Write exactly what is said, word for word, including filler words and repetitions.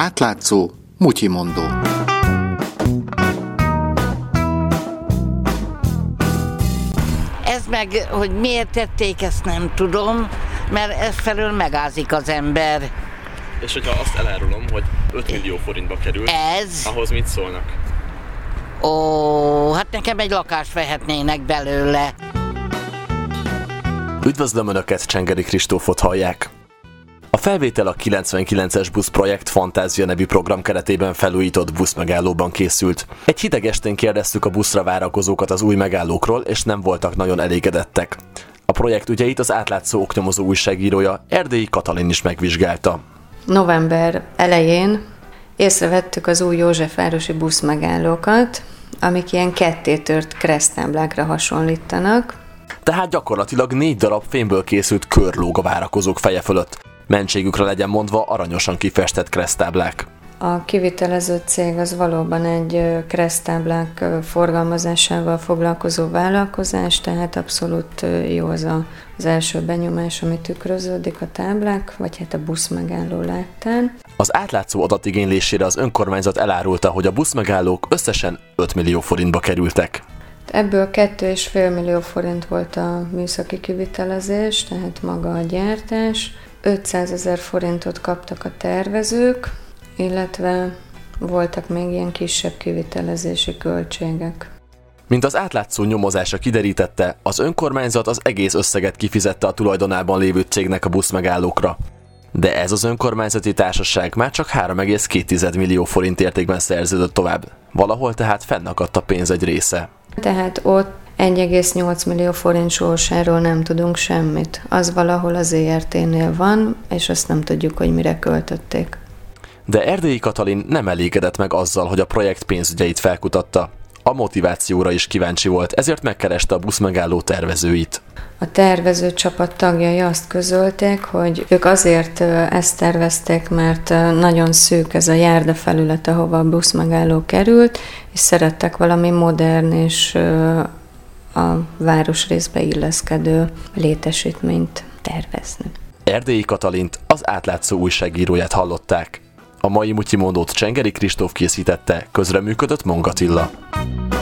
átlátszó mutyimondó. Ez meg, hogy miért tették, ezt nem tudom, mert ez felől megázik az ember. És hogyha azt elárulom, hogy öt millió forintba került, Ez? ahhoz mit szólnak? Ó, hát nekem egy lakást vehetnének belőle. Üdvözlöm Önöket, Csengeri Kristófot hallják. A felvétel a kilencvenkilences buszprojekt Fantázia nevű program keretében felújított buszmegállóban készült. Egy hideg estén kérdeztük a buszra várakozókat az új megállókról, és nem voltak nagyon elégedettek. A projekt ügyeit az átlátszó oknyomozó újságírója, Erdélyi Katalin is megvizsgálta. November elején észrevettük az új Józsefvárosi buszmegállókat, amik ilyen kettétört kereszttáblákra hasonlítanak. Tehát gyakorlatilag négy darab fémből készült kör lóg a várakozók feje fölött. Mentségükre legyen mondva aranyosan kifestett kereszttáblák. A kivitelező cég az valóban egy kereszttáblák forgalmazásával foglalkozó vállalkozás, tehát abszolút jó az a, az első benyomás, ami tükröződik a táblák, vagy hát a buszmegálló láttán. Az átlátszó adatigénylésére az önkormányzat elárulta, hogy a buszmegállók összesen öt millió forintba kerültek. Ebből két egész öt millió forint volt a műszaki kivitelezés, tehát maga a gyártás. ötszázezer forintot kaptak a tervezők, illetve voltak még ilyen kisebb kivitelezési költségek. Mint az átlátszó nyomozása kiderítette, az önkormányzat az egész összeget kifizette a tulajdonában lévő cégnek a buszmegállókra. De ez az önkormányzati társaság már csak három egész két millió forint értékben szerződött tovább. Valahol tehát fennakadt a pénz egy része. Tehát ott egy egész nyolc millió forint sorsáról nem tudunk semmit. Az valahol az é er té-nél van, és azt nem tudjuk, hogy mire költötték. De Erdélyi Katalin nem elégedett meg azzal, hogy a projekt pénzügyeit felkutatta. A motivációra is kíváncsi volt, ezért megkereste a buszmegálló tervezőit. A tervező csapat tagjai azt közölték, hogy ők azért ezt tervezték, mert nagyon szűk ez a járdafelület, ahova a buszmegálló került, és szerettek valami modern és a városrészbe illeszkedő létesítményt tervezni. Erdélyi Katalint, az átlátszó újságíróját hallották. A mai mutyimondót Csengeri Kristóf készítette, közreműködött Mongatilla.